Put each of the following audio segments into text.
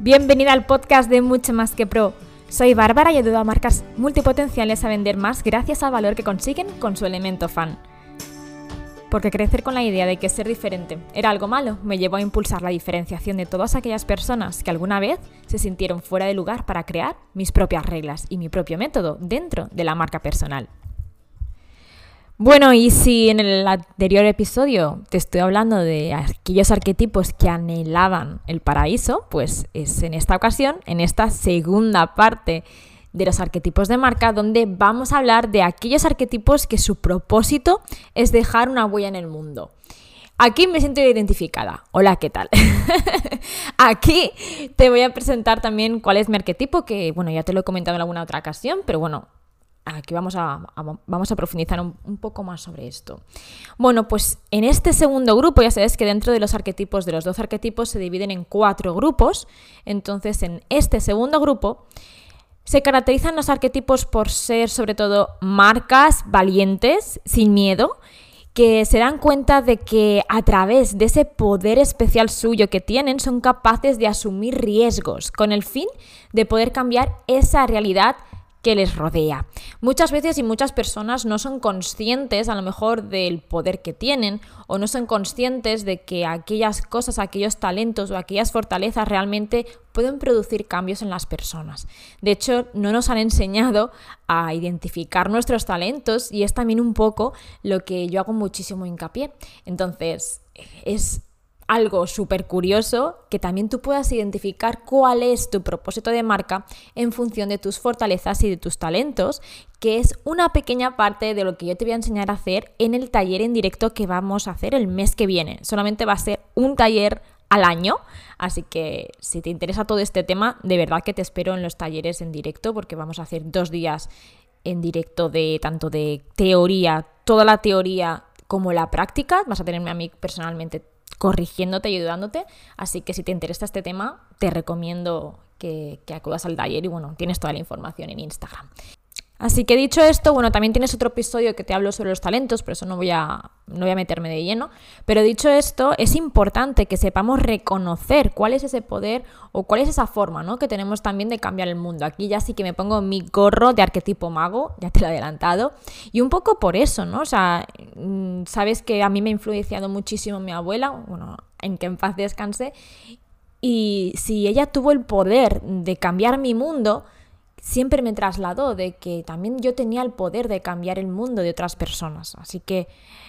Bienvenida al podcast de Mucho Más que Pro. Soy Bárbara y ayudo a marcas multipotenciales a vender más gracias al valor que consiguen con su elemento fan. Porque crecer con la idea de que ser diferente era algo malo me llevó a impulsar la diferenciación de todas aquellas personas que alguna vez se sintieron fuera de lugar para crear mis propias reglas y mi propio método dentro de la marca personal. Bueno, y si en el anterior episodio te estoy hablando de aquellos arquetipos que anhelaban el paraíso, pues es en esta ocasión, en esta segunda parte de los arquetipos de marca, donde vamos a hablar de aquellos arquetipos que su propósito es dejar una huella en el mundo. Aquí me siento identificada. Hola, ¿qué tal? Aquí te voy a presentar también cuál es mi arquetipo, que bueno, ya te lo he comentado en alguna otra ocasión, pero bueno, aquí vamos a profundizar un poco más sobre esto. Bueno, pues en este segundo grupo, ya sabes que dentro de los arquetipos, de los 12 arquetipos, se dividen en 4 grupos. Entonces, en este segundo grupo se caracterizan los arquetipos por ser, sobre todo, marcas valientes, sin miedo, que se dan cuenta de que a través de ese poder especial suyo que tienen, son capaces de asumir riesgos con el fin de poder cambiar esa realidad que les rodea. Muchas veces y muchas personas no son conscientes a lo mejor del poder que tienen o no son conscientes de que aquellas cosas, aquellos talentos o aquellas fortalezas realmente pueden producir cambios en las personas. De hecho, no nos han enseñado a identificar nuestros talentos y es también un poco lo que yo hago muchísimo hincapié. Entonces, es algo súper curioso que también tú puedas identificar cuál es tu propósito de marca en función de tus fortalezas y de tus talentos, que es una pequeña parte de lo que yo te voy a enseñar a hacer en el taller en directo que vamos a hacer el mes que viene. Solamente va a ser un taller al año, así que si te interesa todo este tema, de verdad que te espero en los talleres en directo, porque vamos a hacer 2 días en directo de tanto de teoría, toda la teoría como la práctica. Vas a tenerme a mí personalmente corrigiéndote y ayudándote, así que si te interesa este tema, te recomiendo que acudas al taller y bueno, tienes toda la información en Instagram. Así que dicho esto, bueno, también tienes otro episodio que te hablo sobre los talentos, por eso no voy a meterme de lleno, pero dicho esto, es importante que sepamos reconocer cuál es ese poder o cuál es esa forma, ¿no?, que tenemos también de cambiar el mundo. Aquí ya sí que me pongo mi gorro de arquetipo mago, ya te lo he adelantado, y un poco por eso, ¿no? O sea, sabes que a mí me ha influenciado muchísimo mi abuela, bueno, en que en paz descanse, y si ella tuvo el poder de cambiar mi mundo, siempre me trasladó de que también yo tenía el poder de cambiar el mundo de otras personas. Así que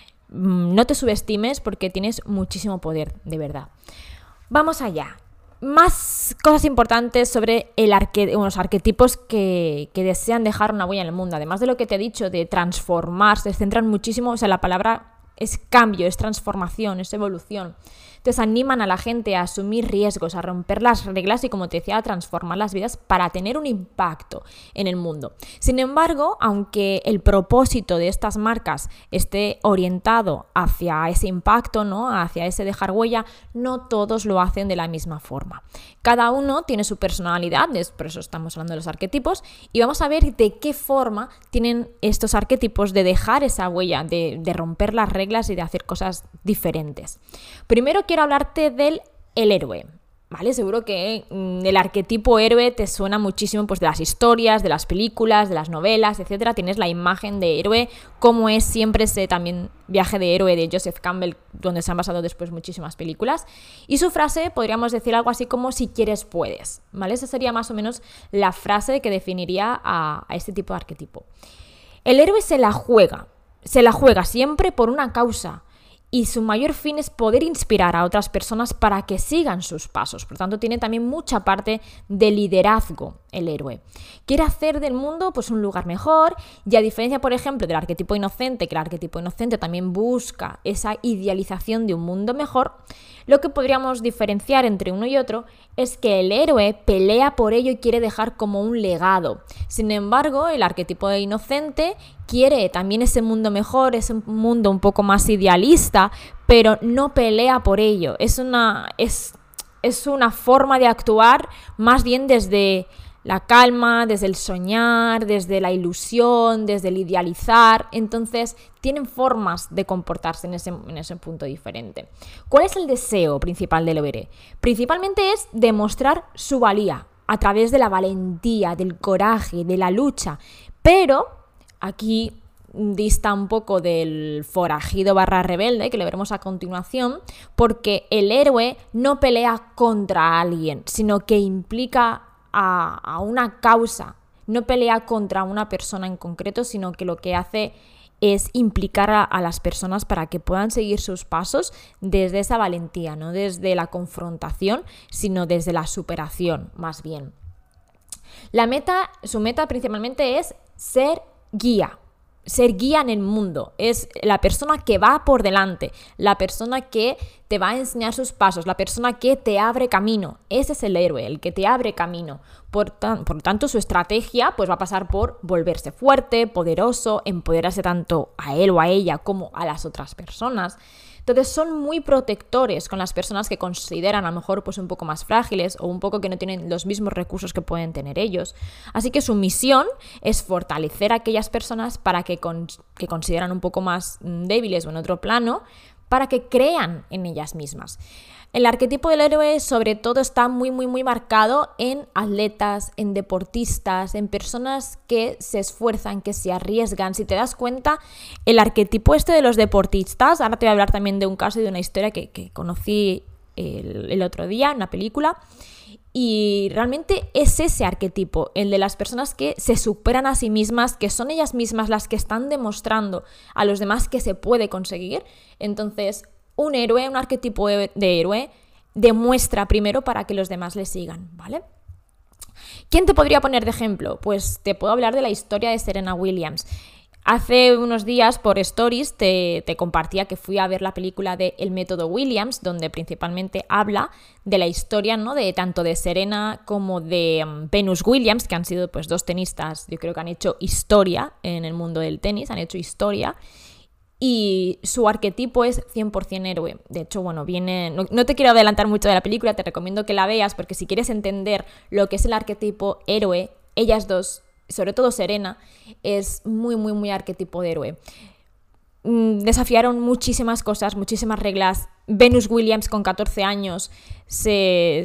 no te subestimes porque tienes muchísimo poder, de verdad. Vamos allá. Más cosas importantes sobre los arquetipos que desean dejar una huella en el mundo. Además de lo que te he dicho de transformar, se centran muchísimo, o sea, la palabra es cambio, es transformación, es evolución. Entonces animan a la gente a asumir riesgos, a romper las reglas y, como te decía, a transformar las vidas para tener un impacto en el mundo. Sin embargo, aunque el propósito de estas marcas esté orientado hacia ese impacto, ¿no?, hacia ese dejar huella, no todos lo hacen de la misma forma. Cada uno tiene su personalidad, por eso estamos hablando de los arquetipos, y vamos a ver de qué forma tienen estos arquetipos de dejar esa huella, de romper las reglas y de hacer cosas diferentes. Primero quiero hablarte del héroe, ¿vale? Seguro que el arquetipo héroe te suena muchísimo, pues, de las historias, de las películas, de las novelas, etcétera. Tienes la imagen de héroe, como es siempre ese también viaje de héroe de Joseph Campbell, donde se han basado después muchísimas películas. Y su frase, podríamos decir algo así como: si quieres, puedes, ¿vale? Esa sería más o menos la frase que definiría a este tipo de arquetipo. El héroe se la juega siempre por una causa. Y su mayor fin es poder inspirar a otras personas para que sigan sus pasos. Por tanto, tiene también mucha parte de liderazgo el héroe. Quiere hacer del mundo, pues, un lugar mejor, y a diferencia, por ejemplo, del arquetipo inocente, que el arquetipo inocente también busca esa idealización de un mundo mejor, lo que podríamos diferenciar entre uno y otro es que el héroe pelea por ello y quiere dejar como un legado. Sin embargo, el arquetipo de inocente quiere también ese mundo mejor, ese mundo un poco más idealista, pero no pelea por ello. Es una forma de actuar más bien desde la calma, desde el soñar, desde la ilusión, desde el idealizar. Entonces tienen formas de comportarse en ese punto diferente. ¿Cuál es el deseo principal del héroe? Principalmente es demostrar su valía a través de la valentía, del coraje, de la lucha. Pero aquí dista un poco del forajido / rebelde, que lo veremos a continuación, porque el héroe no pelea contra alguien, sino que implica a una causa, no pelea contra una persona en concreto, sino que lo que hace es implicar a las personas para que puedan seguir sus pasos desde esa valentía, no desde la confrontación, sino desde la superación, más bien. Su meta principalmente es ser guía en el mundo, es la persona que va por delante, la persona que te va a enseñar sus pasos, la persona que te abre camino. Ese es el héroe, el que te abre camino. Por tanto, su estrategia pues va a pasar por volverse fuerte, poderoso, empoderarse tanto a él o a ella como a las otras personas. Entonces son muy protectores con las personas que consideran a lo mejor pues un poco más frágiles o un poco que no tienen los mismos recursos que pueden tener ellos. Así que su misión es fortalecer a aquellas personas para que consideran un poco más débiles o en otro plano, para que crean en ellas mismas. El arquetipo del héroe sobre todo está muy marcado en atletas, en deportistas, en personas que se esfuerzan, que se arriesgan. Si te das cuenta, el arquetipo de los deportistas, ahora te voy a hablar también de un caso y de una historia que conocí el otro día en una película, y realmente es ese arquetipo, el de las personas que se superan a sí mismas, que son ellas mismas las que están demostrando a los demás que se puede conseguir. Entonces, un héroe, un arquetipo de héroe, demuestra primero para que los demás le sigan, ¿vale? ¿Quién te podría poner de ejemplo? Pues te puedo hablar de la historia de Serena Williams. Hace unos días por Stories te compartía que fui a ver la película de El método Williams, donde principalmente habla de la historia, ¿no?, de tanto de Serena como de Venus Williams, que han sido pues dos tenistas, yo creo que han hecho historia en el mundo del tenis, han hecho historia. Y su arquetipo es 100% héroe. De hecho, bueno, no te quiero adelantar mucho de la película, te recomiendo que la veas, porque si quieres entender lo que es el arquetipo héroe, ellas dos, sobre todo Serena, es muy arquetipo de héroe. Desafiaron muchísimas cosas, muchísimas reglas. Venus Williams con 14 años se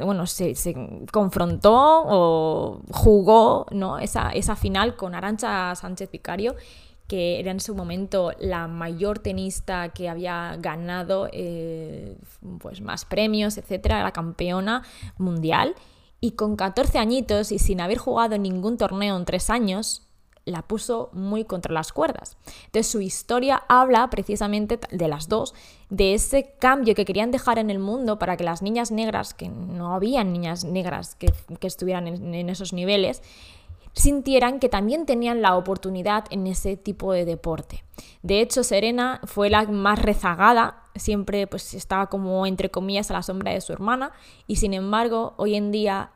confrontó o jugó, ¿no?, esa final con Arantxa Sánchez Vicario, que era en su momento la mayor tenista que había ganado pues más premios, etcétera, la campeona mundial. Y con 14 añitos y sin haber jugado ningún torneo en 3 años, la puso muy contra las cuerdas. Entonces su historia habla precisamente de las dos, de ese cambio que querían dejar en el mundo para que las niñas negras, que no habían niñas negras que estuvieran en esos niveles, sintieran que también tenían la oportunidad en ese tipo de deporte. De hecho, Serena fue la más rezagada, siempre pues estaba como entre comillas a la sombra de su hermana, y sin embargo hoy en día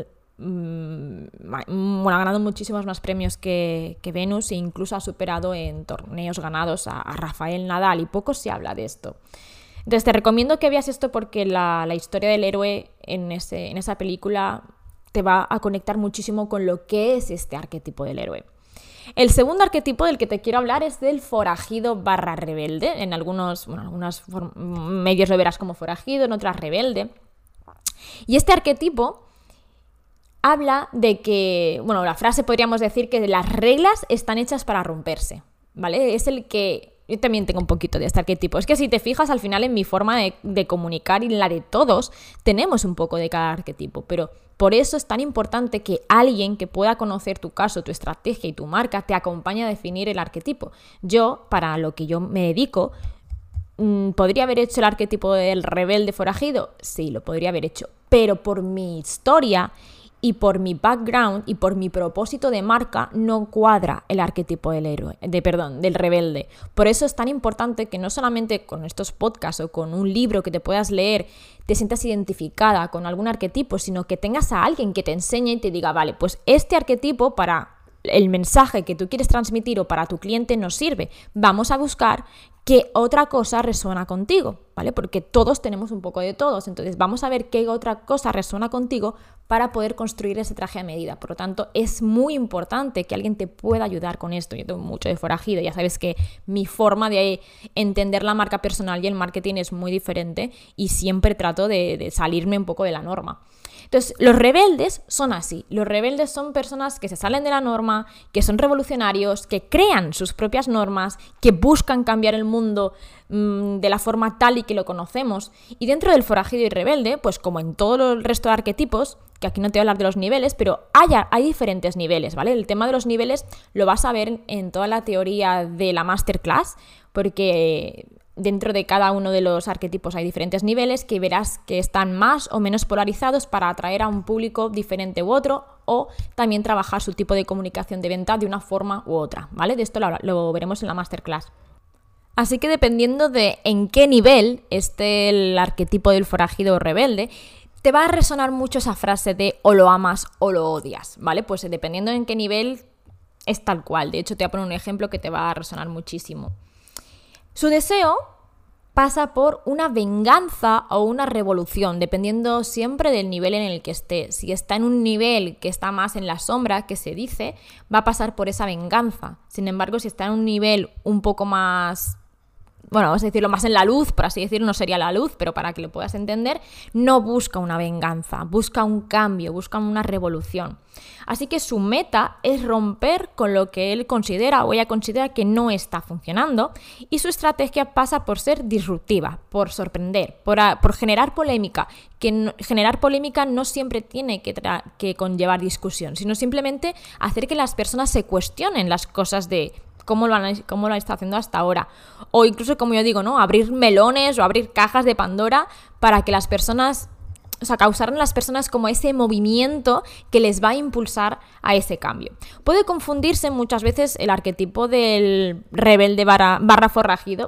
ha ganado muchísimos más premios que Venus, e incluso ha superado en torneos ganados a Rafael Nadal, y poco se habla de esto. Entonces te recomiendo que veas esto, porque la historia del héroe en esa película te va a conectar muchísimo con lo que es este arquetipo del héroe. El segundo arquetipo del que te quiero hablar es del forajido / rebelde. En algunos medios lo verás como forajido, en otras rebelde. Y este arquetipo habla de que, la frase podríamos decir que las reglas están hechas para romperse, ¿vale? Es el que... Yo también tengo un poquito de este arquetipo. Es que si te fijas, al final en mi forma de comunicar y en la de todos, tenemos un poco de cada arquetipo. Pero por eso es tan importante que alguien que pueda conocer tu caso, tu estrategia y tu marca te acompañe a definir el arquetipo. Yo, para lo que yo me dedico, ¿podría haber hecho el arquetipo del rebelde forajido? Sí, lo podría haber hecho. Pero por mi historia y por mi background y por mi propósito de marca no cuadra el arquetipo del rebelde. Por eso es tan importante que no solamente con estos podcasts o con un libro que te puedas leer te sientas identificada con algún arquetipo, sino que tengas a alguien que te enseñe y te diga, vale, pues este arquetipo para el mensaje que tú quieres transmitir o para tu cliente no sirve. Vamos a buscar qué otra cosa resuena contigo, ¿vale? Porque todos tenemos un poco de todos, entonces vamos a ver qué otra cosa resuena contigo para poder construir ese traje a medida. Por lo tanto, es muy importante que alguien te pueda ayudar con esto. Yo tengo mucho de forajido, ya sabes que mi forma de entender la marca personal y el marketing es muy diferente y siempre trato de salirme un poco de la norma. Entonces, los rebeldes son así. Los rebeldes son personas que se salen de la norma, que son revolucionarios, que crean sus propias normas, que buscan cambiar el mundo de la forma tal y que lo conocemos. Y dentro del forajido y rebelde, pues como en todo el resto de arquetipos, que aquí no te voy a hablar de los niveles, pero hay diferentes niveles, ¿vale? El tema de los niveles lo vas a ver en toda la teoría de la masterclass, porque dentro de cada uno de los arquetipos hay diferentes niveles que verás que están más o menos polarizados para atraer a un público diferente u otro, o también trabajar su tipo de comunicación de venta de una forma u otra, ¿vale? De esto lo veremos en la masterclass. Así que dependiendo de en qué nivel esté el arquetipo del forajido o rebelde, te va a resonar mucho esa frase de o lo amas o lo odias, ¿vale? Pues dependiendo en qué nivel es tal cual. De hecho, te voy a poner un ejemplo que te va a resonar muchísimo. Su deseo pasa por una venganza o una revolución, dependiendo siempre del nivel en el que esté. Si está en un nivel que está más en la sombra, que se dice, va a pasar por esa venganza. Sin embargo, si está en un nivel un poco más, bueno, vamos a decirlo más en la luz, por así decirlo, no sería la luz, pero para que lo puedas entender, no busca una venganza, busca un cambio, busca una revolución. Así que su meta es romper con lo que él considera o ella considera que no está funcionando, y su estrategia pasa por ser disruptiva, por sorprender, por generar polémica, generar polémica no siempre tiene que conllevar discusión, sino simplemente hacer que las personas se cuestionen las cosas de cómo lo han estado haciendo hasta ahora. O incluso, como yo digo, ¿no? Abrir melones o abrir cajas de Pandora para que las personas, o sea, causar en las personas como ese movimiento que les va a impulsar a ese cambio. Puede confundirse muchas veces el arquetipo del rebelde barra forajido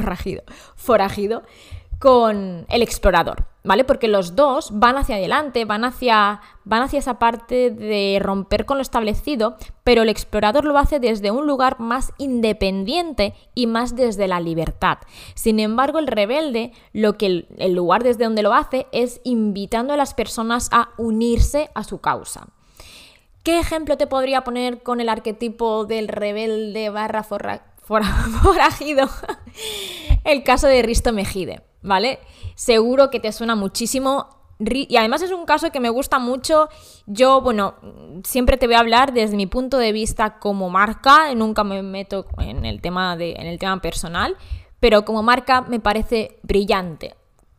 con el explorador, ¿vale? Porque los dos van hacia adelante, van hacia esa parte de romper con lo establecido, pero el explorador lo hace desde un lugar más independiente y más desde la libertad. Sin embargo, el rebelde, el lugar desde donde lo hace es invitando a las personas a unirse a su causa. ¿Qué ejemplo te podría poner con el arquetipo del rebelde barra forajido? El caso de Risto Mejide, ¿vale? Seguro que te suena muchísimo y además es un caso que me gusta mucho. Yo, bueno, siempre te voy a hablar desde mi punto de vista como marca, nunca me meto en el tema personal, pero como marca me parece brillante.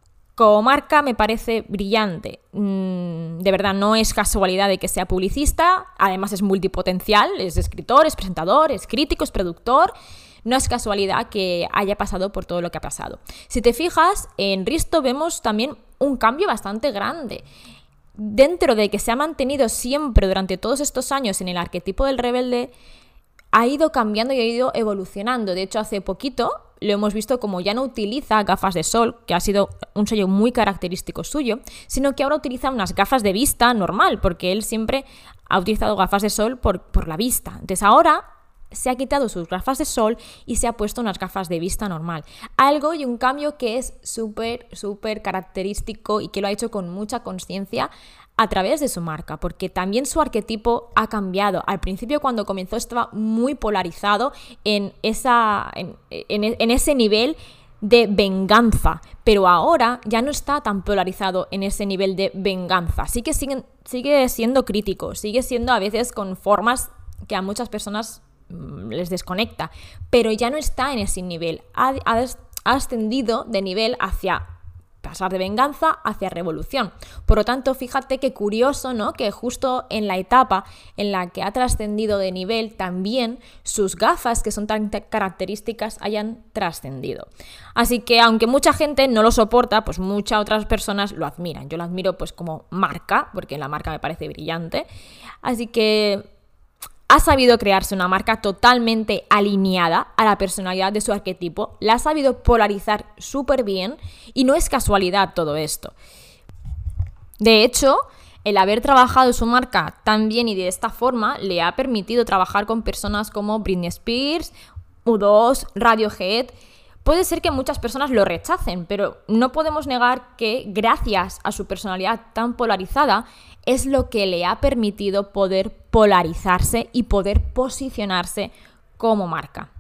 De verdad, no es casualidad de que sea publicista, además es multipotencial, es escritor, es presentador, es crítico, es productor. No es casualidad que haya pasado por todo lo que ha pasado. Si te fijas, en Risto vemos también un cambio bastante grande. Dentro de que se ha mantenido siempre durante todos estos años en el arquetipo del rebelde, ha ido cambiando y ha ido evolucionando. De hecho, hace poquito lo hemos visto como ya no utiliza gafas de sol, que ha sido un sello muy característico suyo, sino que ahora utiliza unas gafas de vista normal, porque él siempre ha utilizado gafas de sol por la vista. Entonces ahora se ha quitado sus gafas de sol y se ha puesto unas gafas de vista normal. Algo y un cambio que es súper característico y que lo ha hecho con mucha conciencia a través de su marca, porque también su arquetipo ha cambiado. Al principio, cuando comenzó, estaba muy polarizado en ese nivel de venganza, pero ahora ya no está tan polarizado en ese nivel de venganza. Sigue siendo crítico, sigue siendo a veces con formas que a muchas personas les desconecta, pero ya no está en ese nivel. Ha ascendido de nivel hacia pasar de venganza hacia revolución. Por lo tanto, fíjate qué curioso, ¿no? Que justo en la etapa en la que ha trascendido de nivel, también sus gafas, que son tan características, hayan trascendido. Así que, aunque mucha gente no lo soporta, pues muchas otras personas lo admiran. Yo lo admiro pues como marca, porque la marca me parece brillante. Así que ha sabido crearse una marca totalmente alineada a la personalidad de su arquetipo, la ha sabido polarizar súper bien y no es casualidad todo esto. De hecho, El haber trabajado su marca tan bien y de esta forma le ha permitido trabajar con personas como Britney Spears, U2, Radiohead. Puede ser que muchas personas lo rechacen, pero no podemos negar que gracias a su personalidad tan polarizada es lo que le ha permitido poder polarizarse y poder posicionarse como marca.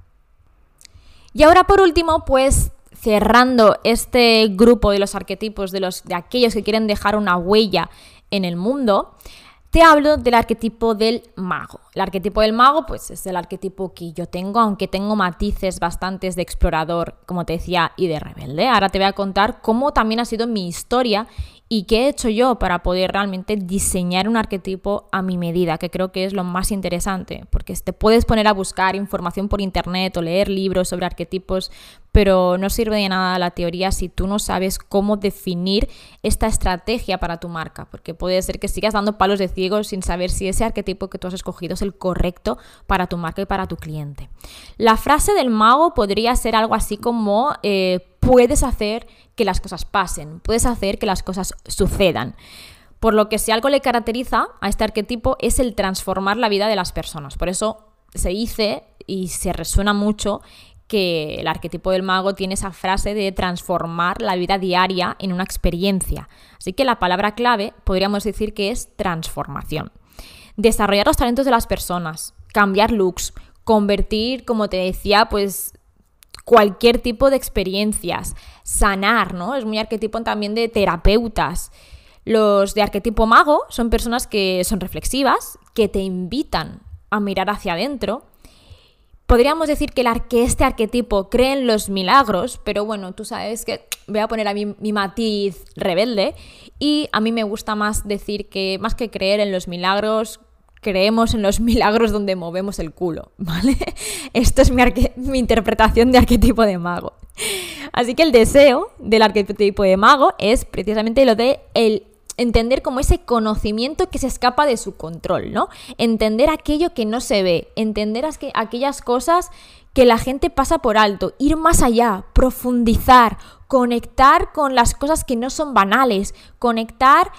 Y ahora por último, pues cerrando este grupo de los arquetipos de aquellos que quieren dejar una huella en el mundo, te hablo del arquetipo del mago. El arquetipo del mago, pues es el arquetipo que yo tengo, aunque tengo matices bastantes de explorador, como te decía, y de rebelde. Ahora te voy a contar cómo también ha sido mi historia y qué he hecho yo para poder realmente diseñar un arquetipo a mi medida, que creo que es lo más interesante, porque te puedes poner a buscar información por internet o leer libros sobre arquetipos, pero no sirve de nada la teoría si tú no sabes cómo definir esta estrategia para tu marca, porque puede ser que sigas dando palos de ciego sin saber si ese arquetipo que tú has escogido es el correcto para tu marca y para tu cliente. La frase del mago podría ser algo así como puedes hacer que las cosas pasen, puedes hacer que las cosas sucedan. Por lo que si algo le caracteriza a este arquetipo es el transformar la vida de las personas. Por eso se dice y se resuena mucho que el arquetipo del mago tiene esa frase de transformar la vida diaria en una experiencia. Así que la palabra clave podríamos decir que es transformación. Desarrollar los talentos de las personas, cambiar looks, convertir, como te decía, pues cualquier tipo de experiencias, sanar, ¿no? Es muy arquetipo también de terapeutas. Los de arquetipo mago son personas que son reflexivas, que te invitan a mirar hacia adentro. Podríamos decir que este arquetipo cree en los milagros, pero bueno, tú sabes que voy a poner a mi matiz rebelde y a mí me gusta más decir que más que creer en los milagros, creemos en los milagros donde movemos el culo, ¿vale? Esto es mi interpretación de arquetipo de mago. Así que el deseo del arquetipo de mago es precisamente lo de entender como ese conocimiento que se escapa de su control, ¿no? Entender aquello que no se ve, entender aquellas cosas que la gente pasa por alto, ir más allá, profundizar, conectar con las cosas que no son banales, conectar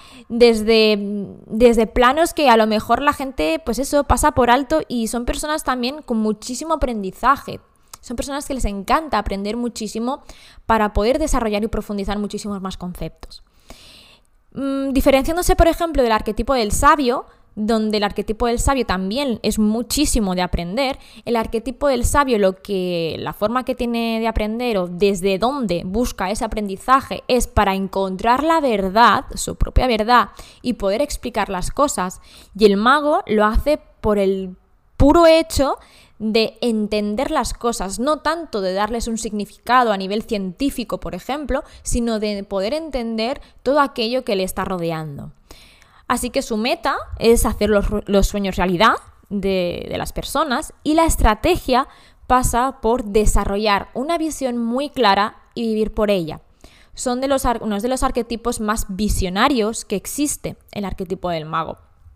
desde planos que a lo mejor la gente, pues eso, pasa por alto y son personas también con muchísimo aprendizaje. Son personas que les encanta aprender muchísimo para poder desarrollar y profundizar muchísimos más conceptos. Diferenciándose, por ejemplo, del arquetipo del sabio, donde el arquetipo del sabio también es muchísimo de aprender, el arquetipo del sabio la forma que tiene de aprender o desde dónde busca ese aprendizaje es para encontrar la verdad, su propia verdad, y poder explicar las cosas, y el mago lo hace por el puro hecho de entender las cosas, no tanto de darles un significado a nivel científico, por ejemplo, sino de poder entender todo aquello que le está rodeando. Así que su meta es hacer los sueños realidad de las personas y la estrategia pasa por desarrollar una visión muy clara y vivir por ella. Son unos de los arquetipos más visionarios que existe, el arquetipo del mago.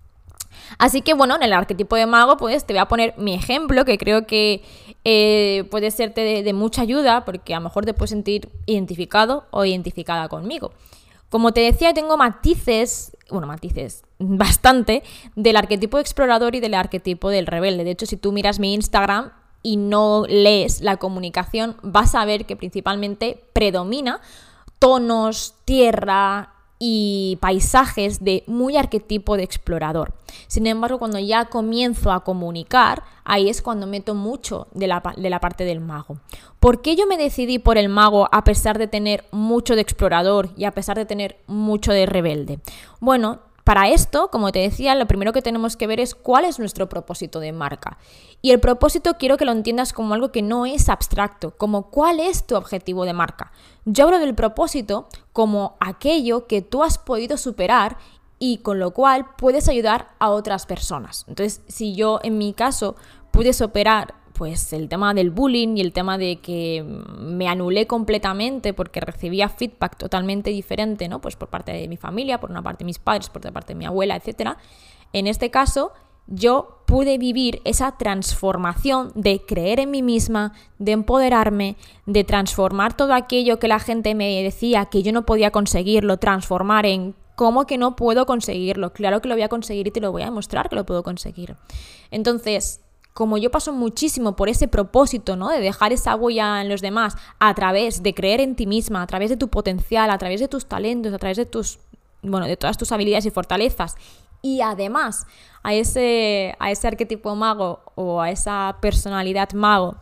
Así que bueno, en el arquetipo de mago pues te voy a poner mi ejemplo, que creo que puede serte de mucha ayuda porque a lo mejor te puedes sentir identificado o identificada conmigo. Como te decía, tengo matices bastante del arquetipo explorador y del arquetipo del rebelde. De hecho, si tú miras mi Instagram y no lees la comunicación, vas a ver que principalmente predomina tonos, tierra y paisajes de muy arquetipo de explorador. Sin embargo, cuando ya comienzo a comunicar, ahí es cuando meto mucho de la parte del mago. ¿Por qué yo me decidí por el mago a pesar de tener mucho de explorador y a pesar de tener mucho de rebelde? Bueno, para esto, como te decía, lo primero que tenemos que ver es cuál es nuestro propósito de marca. Y el propósito quiero que lo entiendas como algo que no es abstracto, como cuál es tu objetivo de marca. Yo hablo del propósito como aquello que tú has podido superar y con lo cual puedes ayudar a otras personas. Entonces, si yo en mi caso pude superar pues el tema del bullying y el tema de que me anulé completamente porque recibía feedback totalmente diferente, ¿no? Pues por parte de mi familia, por una parte de mis padres, por otra parte de mi abuela, etcétera. En este caso, yo pude vivir esa transformación de creer en mí misma, de empoderarme, de transformar todo aquello que la gente me decía que yo no podía conseguirlo, transformar en ¿Cómo que no puedo conseguirlo? Claro que lo voy a conseguir y te lo voy a demostrar que lo puedo conseguir. Entonces, como yo paso muchísimo por ese propósito, ¿no? De dejar esa huella en los demás a través de creer en ti misma, a través de tu potencial, a través de tus talentos, a través de de todas tus habilidades y fortalezas, y además a ese arquetipo mago o a esa personalidad mago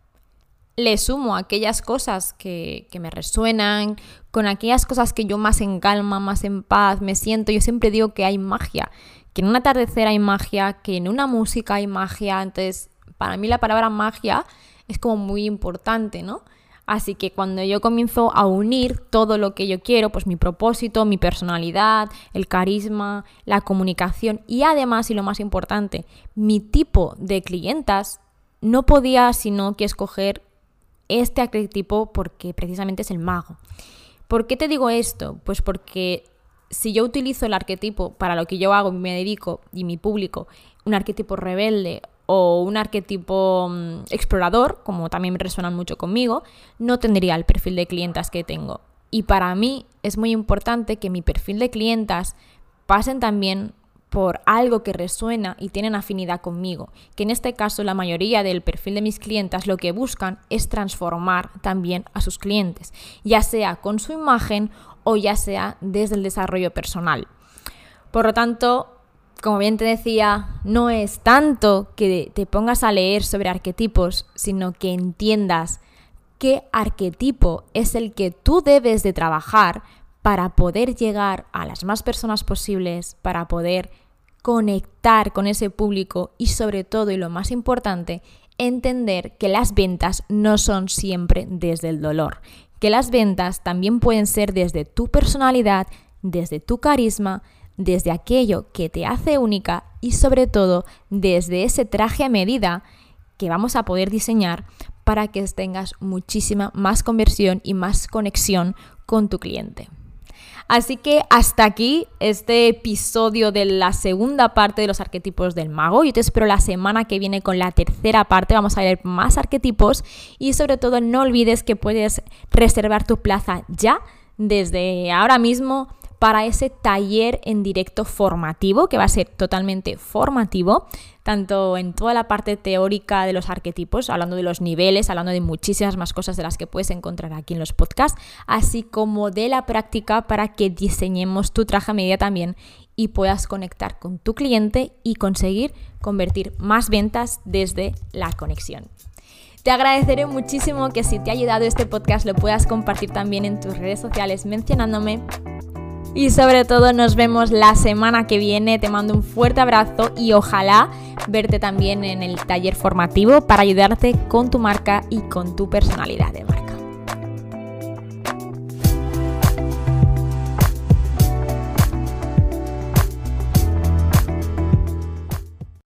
le sumo aquellas cosas que me resuenan, con aquellas cosas que yo más en calma, más en paz me siento. Yo siempre digo que hay magia, que en un atardecer hay magia, que en una música hay magia. Entonces, para mí la palabra magia es como muy importante, ¿no? Así que cuando yo comienzo a unir todo lo que yo quiero, pues mi propósito, mi personalidad, el carisma, la comunicación y además, y lo más importante, mi tipo de clientas, no podía sino que escoger este arquetipo porque precisamente es el mago. ¿Por qué te digo esto? Pues porque si yo utilizo el arquetipo para lo que yo hago, me dedico y mi público, un arquetipo rebelde o un arquetipo explorador, como también resuenan mucho conmigo, no tendría el perfil de clientas que tengo. Y para mí es muy importante que mi perfil de clientas pasen también por algo que resuena y tienen afinidad conmigo, que en este caso la mayoría del perfil de mis clientas lo que buscan es transformar también a sus clientes, ya sea con su imagen o ya sea desde el desarrollo personal. Por lo tanto, como bien te decía, no es tanto que te pongas a leer sobre arquetipos, sino que entiendas qué arquetipo es el que tú debes de trabajar para poder llegar a las más personas posibles, para poder conectar con ese público y sobre todo, y lo más importante, entender que las ventas no son siempre desde el dolor, que las ventas también pueden ser desde tu personalidad, desde tu carisma, desde aquello que te hace única y sobre todo desde ese traje a medida que vamos a poder diseñar para que tengas muchísima más conversión y más conexión con tu cliente. Así que hasta aquí este episodio de la segunda parte de los arquetipos del mago. Yo te espero la semana que viene con la tercera parte. Vamos a ver más arquetipos y sobre todo no olvides que puedes reservar tu plaza ya desde ahora mismo para ese taller en directo formativo, que va a ser totalmente formativo, tanto en toda la parte teórica de los arquetipos, hablando de los niveles, hablando de muchísimas más cosas de las que puedes encontrar aquí en los podcasts, así como de la práctica para que diseñemos tu traje a medida también y puedas conectar con tu cliente y conseguir convertir más ventas desde la conexión. Te agradeceré muchísimo que si te ha ayudado este podcast lo puedas compartir también en tus redes sociales mencionándome. Y sobre todo nos vemos la semana que viene. Te mando un fuerte abrazo y ojalá verte también en el taller formativo para ayudarte con tu marca y con tu personalidad de marca.